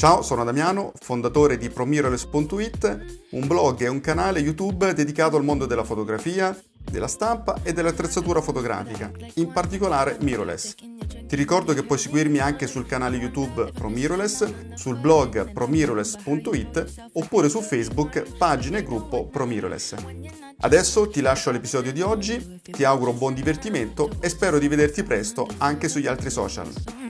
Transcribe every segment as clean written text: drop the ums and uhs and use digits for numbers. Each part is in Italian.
Ciao, sono Damiano, fondatore di ProMirrorless.it, un blog e un canale YouTube dedicato al mondo della fotografia, della stampa e dell'attrezzatura fotografica, in particolare mirrorless. Ti ricordo che puoi seguirmi anche sul canale YouTube ProMirrorless, sul blog ProMirrorless.it oppure su Facebook, pagina e gruppo ProMirrorless. Adesso ti lascio all'episodio di oggi, ti auguro buon divertimento e spero di vederti presto anche sugli altri social.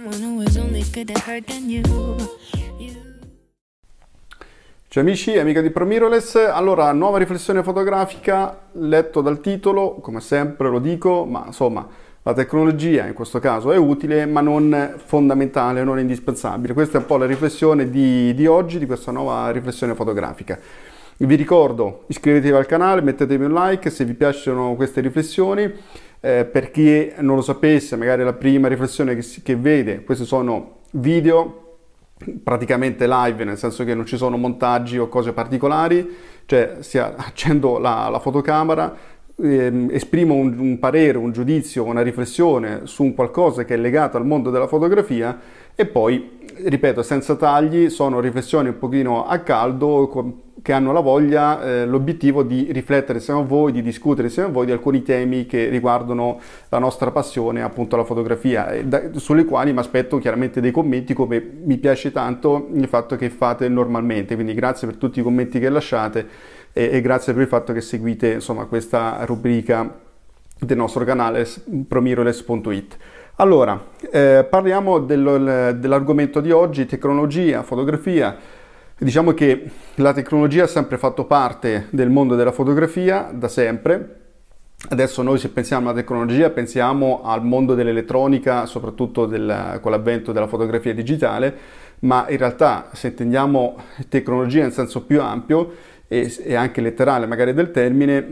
Ciao amici e amiche di ProMirrorless, allora nuova riflessione fotografica, letto dal titolo, come sempre lo dico, ma insomma la tecnologia in questo caso è utile ma non fondamentale, non indispensabile. Questa è un po' la riflessione di oggi, di questa nuova riflessione fotografica. Vi ricordo, iscrivetevi al canale, mettetemi un like se vi piacciono queste riflessioni. Per chi non lo sapesse, magari è la prima riflessione che vede, questi sono video praticamente live, nel senso che non ci sono montaggi o cose particolari, cioè accendo la fotocamera, esprimo un parere, un giudizio, una riflessione su un qualcosa che è legato al mondo della fotografia e poi, ripeto, senza tagli, sono riflessioni un pochino a caldo che hanno la voglia, l'obiettivo di riflettere insieme a voi, di discutere insieme a voi di alcuni temi che riguardano la nostra passione, appunto la fotografia, sulle quali mi aspetto chiaramente dei commenti, come mi piace tanto il fatto che fate normalmente, quindi grazie per tutti i commenti che lasciate e grazie per il fatto che seguite insomma questa rubrica del nostro canale ProMirrorless.it. Allora, parliamo dell'argomento di oggi, tecnologia, fotografia. Diciamo che la tecnologia ha sempre fatto parte del mondo della fotografia, da sempre. Adesso noi se pensiamo alla tecnologia pensiamo al mondo dell'elettronica, soprattutto con l'avvento della fotografia digitale, ma in realtà se intendiamo tecnologia in senso più ampio e anche letterale magari del termine,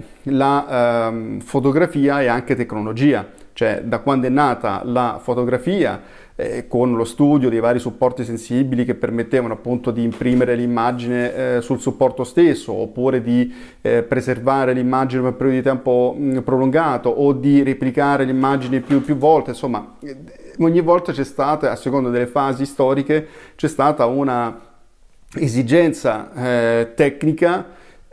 la fotografia è anche tecnologia, cioè da quando è nata la fotografia con lo studio dei vari supporti sensibili che permettevano appunto di imprimere l'immagine sul supporto stesso oppure di preservare l'immagine per un periodo di tempo prolungato o di replicare l'immagine più volte, insomma ogni volta c'è stata, a seconda delle fasi storiche, c'è stata una esigenza tecnica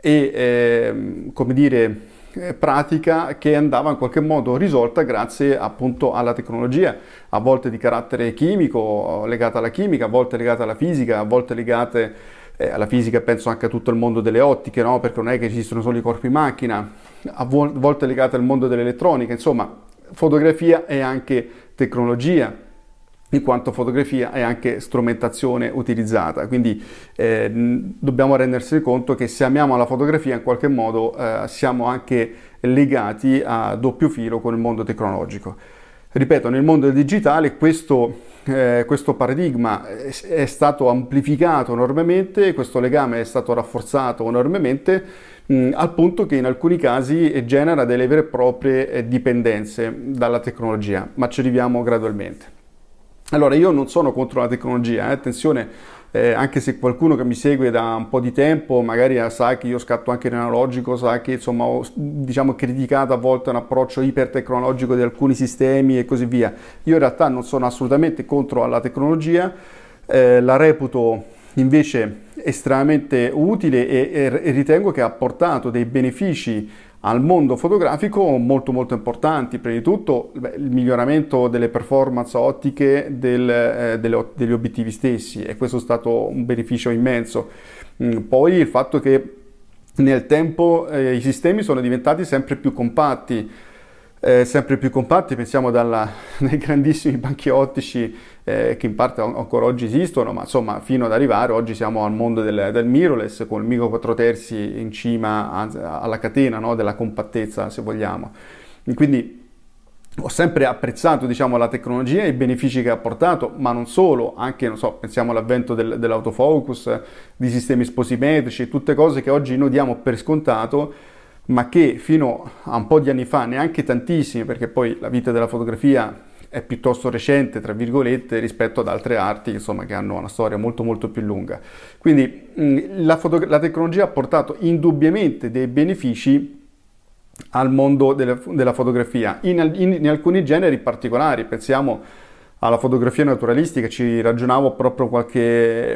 e come dire pratica che andava in qualche modo risolta grazie appunto alla tecnologia, a volte di carattere chimico, legata alla chimica, a volte legata alla fisica, a volte legate alla fisica, penso anche a tutto il mondo delle ottiche, no? Perché non è che esistono solo i corpi macchina, a volte legate al mondo dell'elettronica, insomma fotografia è anche tecnologia, in quanto fotografia è anche strumentazione utilizzata, quindi dobbiamo rendersi conto che se amiamo la fotografia in qualche modo siamo anche legati a doppio filo con il mondo tecnologico. Ripeto, nel mondo del digitale questo paradigma è stato amplificato enormemente, questo legame è stato rafforzato enormemente al punto che in alcuni casi genera delle vere e proprie dipendenze dalla tecnologia, ma ci arriviamo gradualmente. Allora, io non sono contro la tecnologia, attenzione, anche se qualcuno che mi segue da un po' di tempo magari sa che io scatto anche in analogico, sa che insomma ho diciamo criticato a volte un approccio ipertecnologico di alcuni sistemi e così via. Io in realtà non sono assolutamente contro la tecnologia, la reputo invece estremamente utile e ritengo che ha portato dei benefici al mondo fotografico molto importanti. Prima di tutto il miglioramento delle performance ottiche degli obiettivi stessi, e questo è stato un beneficio immenso. Poi il fatto che nel tempo i sistemi sono diventati sempre più compatti, pensiamo dai grandissimi banchi ottici che in parte ancora oggi esistono, ma insomma fino ad arrivare oggi siamo al mondo del mirrorless con il micro 4/3 in cima alla catena, no? Della compattezza, se vogliamo. Quindi ho sempre apprezzato diciamo la tecnologia e i benefici che ha portato, ma non solo, anche non so, pensiamo all'avvento dell'autofocus, di sistemi sposimetrici, tutte cose che oggi noi diamo per scontato, ma che fino a un po' di anni fa, neanche tantissimi, perché poi la vita della fotografia è piuttosto recente, tra virgolette, rispetto ad altre arti, insomma, che hanno una storia molto più lunga. Quindi la tecnologia ha portato indubbiamente dei benefici al mondo della fotografia, in alcuni generi particolari. Pensiamo alla fotografia naturalistica, ci ragionavo proprio qualche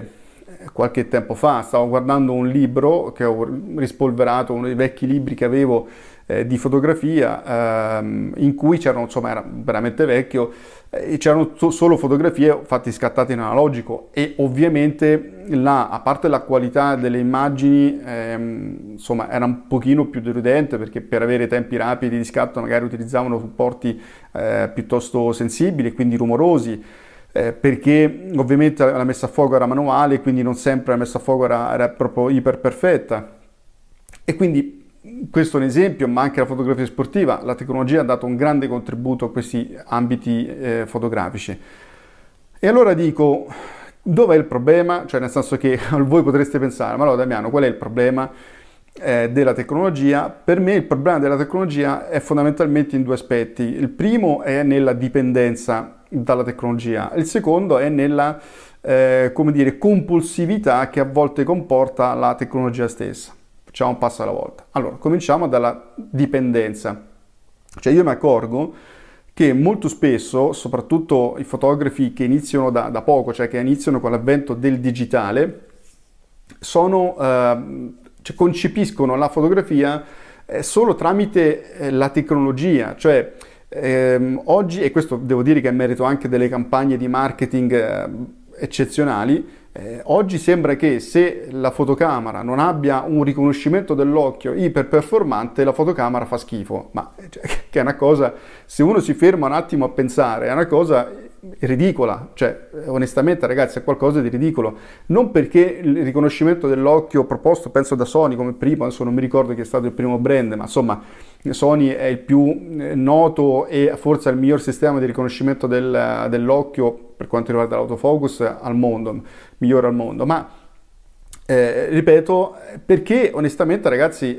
qualche tempo fa stavo guardando un libro che ho rispolverato, uno dei vecchi libri che avevo di fotografia, in cui c'erano, insomma, era veramente vecchio, e c'erano solo fotografie fatte scattate in analogico, e ovviamente là, a parte la qualità delle immagini, insomma, era un pochino più deludente, perché per avere tempi rapidi di scatto magari utilizzavano supporti piuttosto sensibili e quindi rumorosi, perché ovviamente la messa a fuoco era manuale, quindi non sempre la messa a fuoco era proprio iper perfetta. E quindi questo è un esempio, ma anche la fotografia sportiva, la tecnologia ha dato un grande contributo a questi ambiti fotografici. E allora dico, dov'è il problema? Cioè, nel senso che voi potreste pensare, ma allora Damiano, qual è il problema della tecnologia? Per me il problema della tecnologia è fondamentalmente in due aspetti. Il primo è nella dipendenza dalla tecnologia, il secondo è nella come dire, compulsività che a volte comporta la tecnologia stessa. Facciamo un passo alla volta. Allora, cominciamo dalla dipendenza. Cioè, io mi accorgo che molto spesso, soprattutto i fotografi che iniziano da poco, cioè che iniziano con l'avvento del digitale, cioè concepiscono la fotografia solo tramite la tecnologia. Cioè, oggi, e questo devo dire che è merito anche delle campagne di marketing eccezionali, oggi sembra che se la fotocamera non abbia un riconoscimento dell'occhio iperperformante, la fotocamera fa schifo. Ma cioè, che è una cosa, se uno si ferma un attimo a pensare, è una cosa ridicola. Cioè, onestamente, ragazzi, è qualcosa di ridicolo. Non perché il riconoscimento dell'occhio proposto, penso da Sony come primo, adesso non mi ricordo chi è stato il primo brand, ma insomma Sony è il più noto e forse il miglior sistema di riconoscimento dell'occhio per quanto riguarda l'autofocus al mondo, migliore al mondo. Ma ripeto, perché onestamente, ragazzi,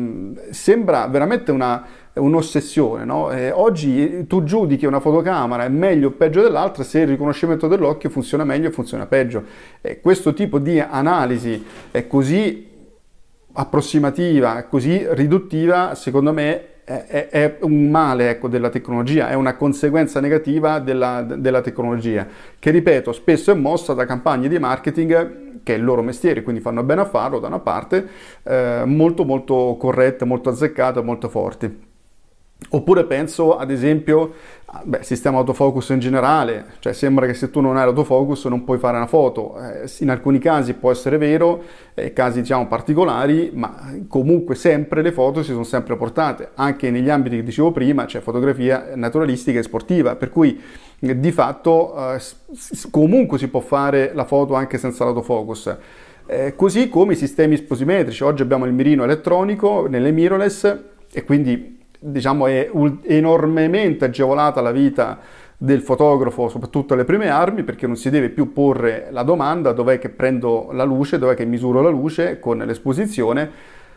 sembra veramente un'ossessione, no? Oggi tu giudichi una fotocamera è meglio o peggio dell'altra se il riconoscimento dell'occhio funziona meglio o funziona peggio. Questo tipo di analisi è così approssimativa, così riduttiva, secondo me è un male, ecco, della tecnologia, è una conseguenza negativa della tecnologia, che, ripeto, spesso è mossa da campagne di marketing, che è il loro mestiere, quindi fanno bene a farlo da una parte, molto molto corrette, molto azzeccate, molto forti. Oppure penso ad esempio sistema autofocus in generale, cioè sembra che se tu non hai l'autofocus non puoi fare una foto. In alcuni casi può essere vero, casi diciamo particolari, ma comunque sempre le foto si sono sempre portate, anche negli ambiti che dicevo prima, cioè fotografia naturalistica e sportiva, per cui di fatto comunque si può fare la foto anche senza l'autofocus. Così come i sistemi esposimetrici, oggi abbiamo il mirino elettronico nelle mirrorless e quindi diciamo è enormemente agevolata la vita del fotografo, soprattutto alle prime armi, perché non si deve più porre la domanda dov'è che prendo la luce, dov'è che misuro la luce con l'esposizione,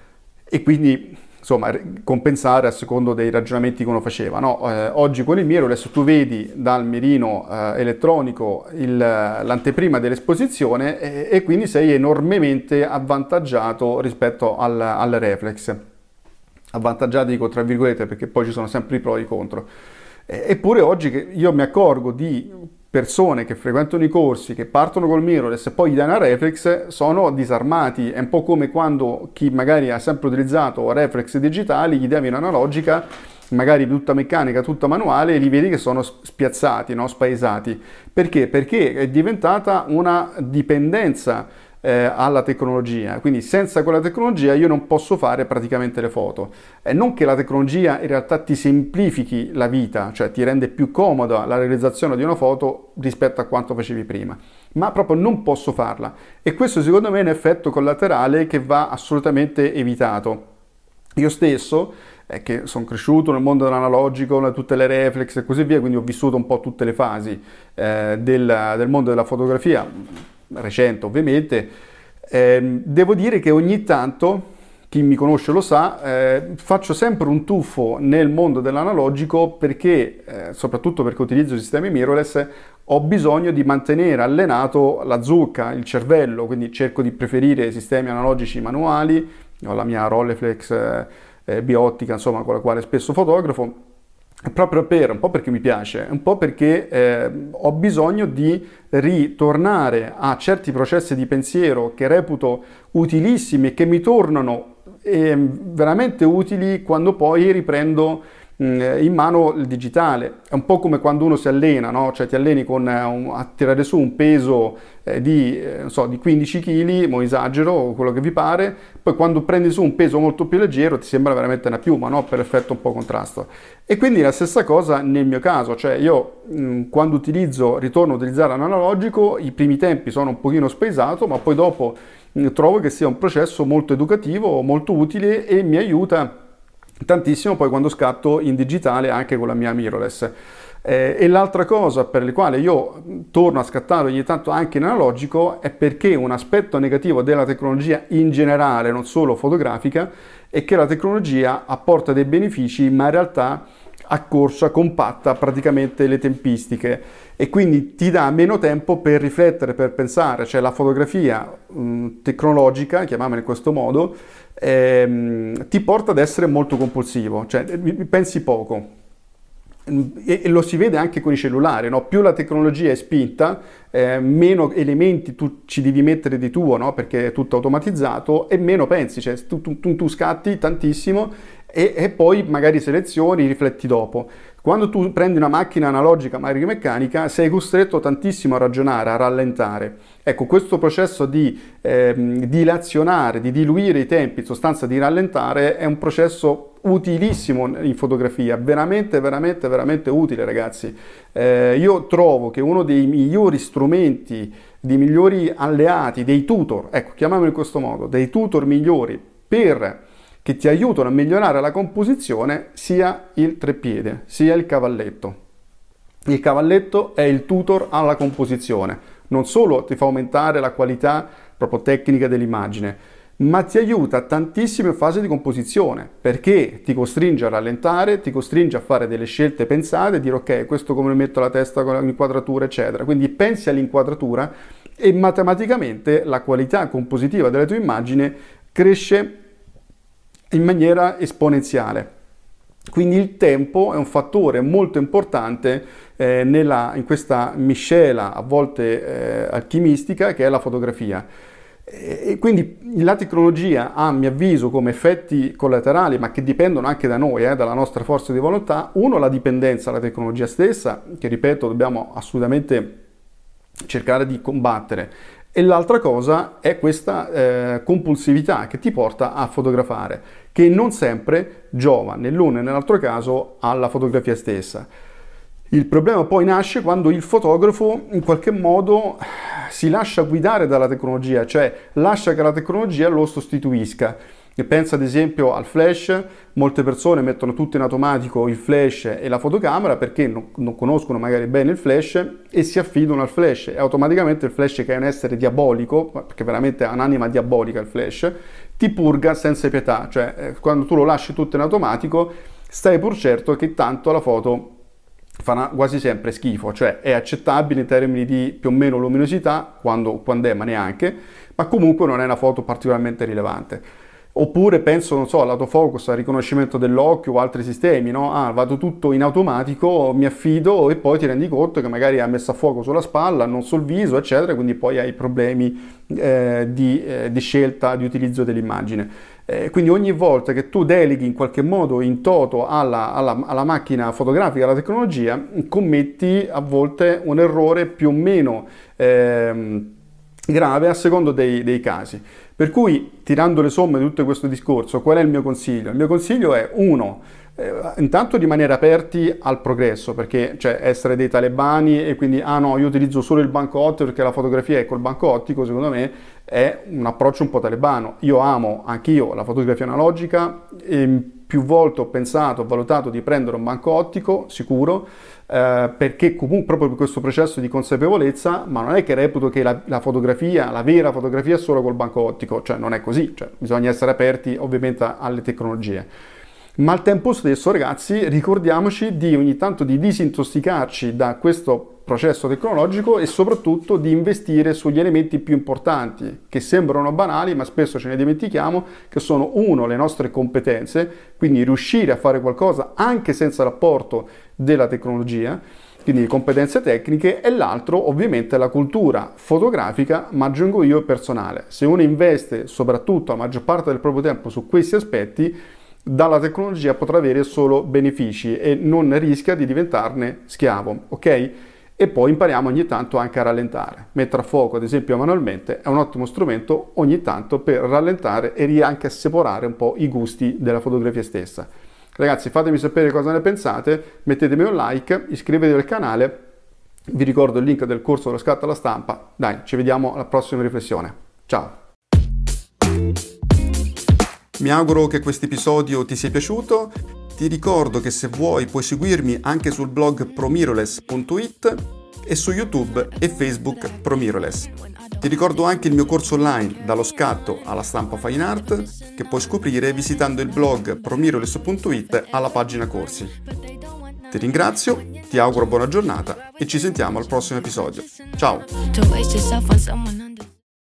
e quindi insomma compensare a secondo dei ragionamenti che uno faceva, no? Oggi con il mirrorless tu vedi dal mirino elettronico l'anteprima dell'esposizione e quindi sei enormemente avvantaggiato rispetto al reflex. Avvantaggiati dico tra virgolette, perché poi ci sono sempre i pro e i contro. Eppure oggi che io mi accorgo di persone che frequentano i corsi, che partono col mirrorless e poi gli danno a reflex, sono disarmati. È un po' come quando chi magari ha sempre utilizzato reflex digitali, gli davi un'analogica, magari tutta meccanica, tutta manuale, e li vedi che sono spiazzati, no? Spaesati. Perché? Perché è diventata una dipendenza alla tecnologia, quindi senza quella tecnologia io non posso fare praticamente le foto. Non che la tecnologia in realtà ti semplifichi la vita, cioè ti rende più comoda la realizzazione di una foto rispetto a quanto facevi prima, ma proprio non posso farla, e questo secondo me è un effetto collaterale che va assolutamente evitato. Io stesso, che sono cresciuto nel mondo dell'analogico, tutte le reflex e così via, quindi ho vissuto un po' tutte le fasi del mondo della fotografia recente ovviamente, devo dire che ogni tanto, chi mi conosce lo sa, faccio sempre un tuffo nel mondo dell'analogico perché, soprattutto perché utilizzo sistemi mirrorless, ho bisogno di mantenere allenato la zucca, il cervello, quindi cerco di preferire sistemi analogici manuali, ho la mia Rolleiflex biottica, insomma, con la quale spesso fotografo, un po' perché mi piace, un po' perché ho bisogno di ritornare a certi processi di pensiero che reputo utilissimi e che mi tornano veramente utili quando poi riprendo in mano il digitale. È un po' come quando uno si allena, no? Cioè ti alleni a tirare su un peso non so, di 15 kg, mo esagero, o quello che vi pare, poi quando prendi su un peso molto più leggero ti sembra veramente una piuma, no? Per effetto un po' contrasto. E quindi la stessa cosa nel mio caso, cioè io quando ritorno a utilizzare l'analogico, i primi tempi sono un pochino spaesato, ma poi dopo trovo che sia un processo molto educativo, molto utile e mi aiuta tantissimo poi quando scatto in digitale anche con la mia mirrorless. E l'altra cosa per la quale io torno a scattare ogni tanto anche in analogico è perché un aspetto negativo della tecnologia in generale, non solo fotografica, è che la tecnologia apporta dei benefici ma in realtà accorcia, compatta praticamente le tempistiche e quindi ti dà meno tempo per riflettere, per pensare, cioè la fotografia tecnologica, chiamiamola in questo modo, ti porta ad essere molto compulsivo, cioè pensi poco. E lo si vede anche con i cellulari, no? Più la tecnologia è spinta, meno elementi tu ci devi mettere di tuo, no? Perché è tutto automatizzato e meno pensi, cioè tu scatti tantissimo e poi magari selezioni, rifletti dopo. Quando tu prendi una macchina analogica, magari meccanica, sei costretto tantissimo a ragionare, a rallentare. Ecco, questo processo di dilazionare, di diluire i tempi, in sostanza di rallentare, è un processo utilissimo in fotografia, veramente, veramente, veramente utile, ragazzi. Io trovo che uno dei migliori strumenti, dei migliori alleati, dei tutor, ecco, chiamiamoli in questo modo, dei tutor migliori che ti aiutano a migliorare la composizione sia il treppiede, sia il cavalletto. Il cavalletto è il tutor alla composizione, non solo ti fa aumentare la qualità proprio tecnica dell'immagine, ma ti aiuta tantissimo in fase di composizione, perché ti costringe a rallentare, ti costringe a fare delle scelte pensate, dire ok, questo come metto la testa con l'inquadratura, eccetera. Quindi pensi all'inquadratura e matematicamente la qualità compositiva della tua immagine cresce in maniera esponenziale. Quindi il tempo è un fattore molto importante in questa miscela a volte alchimistica che è la fotografia. E quindi la tecnologia ha, a mio avviso, come effetti collaterali, ma che dipendono anche da noi, dalla nostra forza di volontà, uno, la dipendenza dalla tecnologia stessa, che ripeto dobbiamo assolutamente cercare di combattere, e l'altra cosa è questa compulsività che ti porta a fotografare, che non sempre giova, nell'uno e nell'altro caso, alla fotografia stessa. Il problema poi nasce quando il fotografo in qualche modo si lascia guidare dalla tecnologia, cioè lascia che la tecnologia lo sostituisca. E pensa ad esempio al flash, molte persone mettono tutto in automatico il flash e la fotocamera perché non conoscono magari bene il flash e si affidano al flash e automaticamente il flash, che è un essere diabolico, perché veramente ha un'anima diabolica il flash, ti purga senza pietà, cioè quando tu lo lasci tutto in automatico stai pur certo che tanto la foto farà quasi sempre schifo, cioè è accettabile in termini di più o meno luminosità, quando è, ma neanche, ma comunque non è una foto particolarmente rilevante. Oppure penso, non so, all'autofocus, al riconoscimento dell'occhio o altri sistemi, no? Vado tutto in automatico, mi affido e poi ti rendi conto che magari ha messo a fuoco sulla spalla, non sul viso, eccetera, quindi poi hai problemi di scelta, di utilizzo dell'immagine. Quindi ogni volta che tu deleghi in qualche modo in toto alla macchina fotografica, alla tecnologia, commetti a volte un errore più o meno grave a secondo dei casi. Per cui, tirando le somme di tutto questo discorso, qual è il mio consiglio? Il mio consiglio è, uno, intanto rimanere aperti al progresso, perché cioè essere dei talebani e quindi no, io utilizzo solo il banco ottico perché la fotografia è col banco ottico, secondo me è un approccio un po' talebano. Io amo anch'io la fotografia analogica e più volte ho pensato, ho valutato di prendere un banco ottico sicuro, perché comunque proprio per questo processo di consapevolezza, ma non è che reputo che la fotografia, la vera fotografia è solo col banco ottico, cioè non è così, cioè, bisogna essere aperti ovviamente alle tecnologie. Ma al tempo stesso, ragazzi, ricordiamoci di ogni tanto di disintossicarci da questo processo tecnologico e soprattutto di investire sugli elementi più importanti, che sembrano banali ma spesso ce ne dimentichiamo, che sono uno, le nostre competenze, quindi riuscire a fare qualcosa anche senza l'apporto della tecnologia, quindi competenze tecniche, e l'altro ovviamente la cultura fotografica, ma aggiungo io personale. Se uno investe soprattutto la maggior parte del proprio tempo su questi aspetti, dalla tecnologia potrà avere solo benefici e non rischia di diventarne schiavo, ok? E poi impariamo ogni tanto anche a rallentare. Mettere a fuoco, ad esempio, manualmente è un ottimo strumento ogni tanto per rallentare e anche assaporare un po' i gusti della fotografia stessa. Ragazzi, fatemi sapere cosa ne pensate, mettetemi un like, iscrivetevi al canale, vi ricordo il link del corso dello scatto alla stampa. Dai, ci vediamo alla prossima riflessione. Ciao! Mi auguro che questo episodio ti sia piaciuto. Ti ricordo che se vuoi puoi seguirmi anche sul blog promirrorless.it e su YouTube e Facebook Promirrorless. Ti ricordo anche il mio corso online dallo scatto alla stampa fine art che puoi scoprire visitando il blog promirrorless.it alla pagina corsi. Ti ringrazio, ti auguro buona giornata e ci sentiamo al prossimo episodio. Ciao!